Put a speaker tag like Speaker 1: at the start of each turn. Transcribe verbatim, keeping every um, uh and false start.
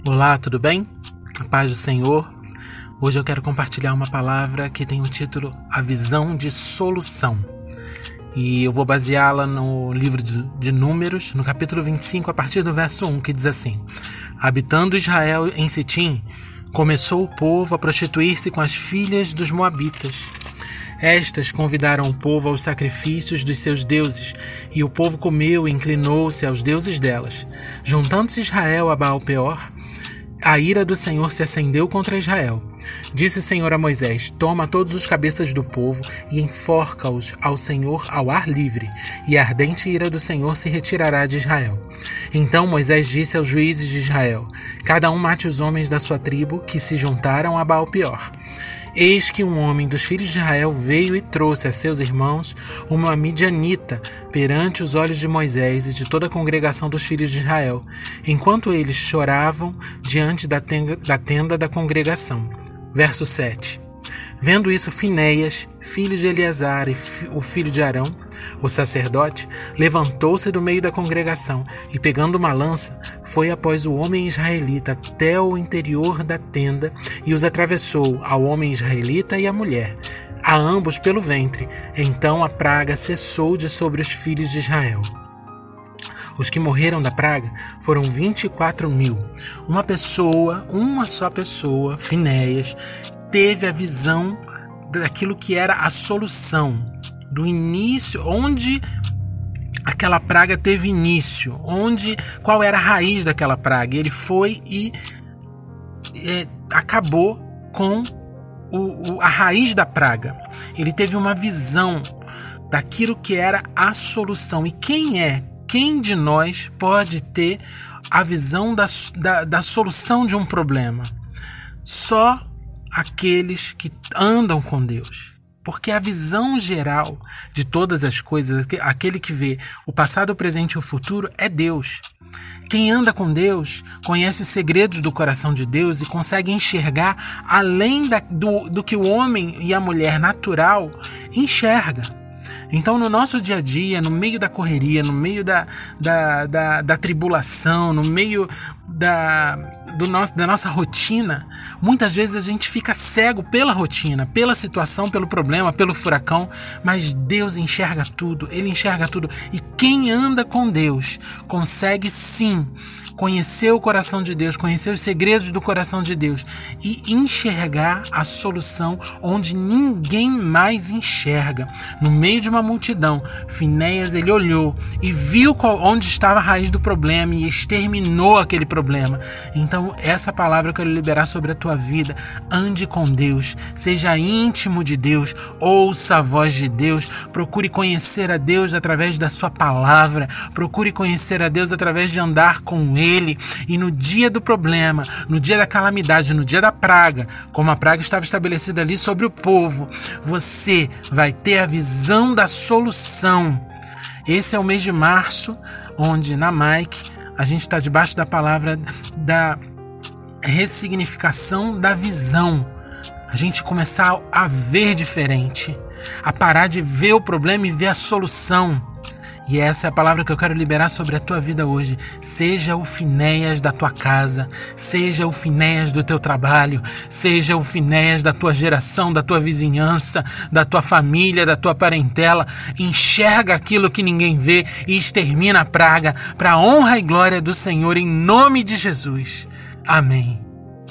Speaker 1: Olá, tudo bem? A paz do Senhor. Hoje eu quero compartilhar uma palavra que tem o título A Visão de Solução. E eu vou baseá-la no livro de, de Números, no capítulo vinte e cinco, a partir do verso um, que diz assim: Habitando Israel em Sitim, começou o povo a prostituir-se com as filhas dos moabitas. Estas convidaram o povo aos sacrifícios dos seus deuses, e o povo comeu e inclinou-se aos deuses delas. Juntando-se Israel a Baal-peor, a ira do Senhor se acendeu contra Israel. Disse o Senhor a Moisés: Toma todos os cabeças do povo e enforca-os ao Senhor ao ar livre, e a ardente ira do Senhor se retirará de Israel. Então Moisés disse aos juízes de Israel: Cada um mate os homens da sua tribo que se juntaram a Baal-peor. Eis que um homem dos filhos de Israel veio e trouxe a seus irmãos uma midianita perante os olhos de Moisés e de toda a congregação dos filhos de Israel, enquanto eles choravam diante da tenda da, tenda da congregação. Verso sete. Vendo isso, Finéias, filho de Eleazar e o filho de Arão, o sacerdote, levantou-se do meio da congregação e, pegando uma lança, foi após o homem israelita até o interior da tenda e os atravessou, ao homem israelita e à mulher, a ambos pelo ventre. Então a praga cessou de sobre os filhos de Israel. Os que morreram da praga foram vinte e quatro mil. Uma pessoa, uma só pessoa, Finéias, teve a visão daquilo que era a solução, do início, onde aquela praga teve início, onde, qual era a raiz daquela praga. Ele foi e é, acabou com o, o, a raiz da praga. Ele teve uma visão daquilo que era a solução. E quem é? Quem de nós pode ter a visão da, da, da solução de um problema? Só aqueles que andam com Deus. Porque a visão geral de todas as coisas, aquele que vê o passado, o presente e o futuro, é Deus. Quem anda com Deus conhece os segredos do coração de Deus e consegue enxergar além da, do, do que o homem e a mulher natural enxerga. Então, no nosso dia a dia, no meio da correria, no meio da, da, da, da tribulação, no meio da, do nosso, da nossa rotina, muitas vezes a gente fica cego pela rotina, pela situação, pelo problema, pelo furacão, mas Deus enxerga tudo, Ele enxerga tudo. E quem anda com Deus consegue sim conhecer o coração de Deus, conhecer os segredos do coração de Deus e enxergar a solução onde ninguém mais enxerga. No meio de uma multidão, Finéias, ele olhou e viu qual, onde estava a raiz do problema e exterminou aquele problema. Então, essa palavra eu quero liberar sobre a tua vida. Ande com Deus, seja íntimo de Deus, ouça a voz de Deus, procure conhecer a Deus através da sua palavra, procure conhecer a Deus através de andar com Ele. Ele, e no dia do problema, no dia da calamidade, no dia da praga, como a praga estava estabelecida ali sobre o povo, você vai ter a visão da solução. Esse é o mês de março, onde na Mike a gente está debaixo da palavra da ressignificação da visão. A gente começar a ver diferente, a parar de ver o problema e ver a solução. E essa é a palavra que eu quero liberar sobre a tua vida hoje. Seja o Finéias da tua casa, seja o Finéias do teu trabalho, seja o Finéias da tua geração, da tua vizinhança, da tua família, da tua parentela. Enxerga aquilo que ninguém vê e extermina a praga para a honra e glória do Senhor, em nome de Jesus. Amém.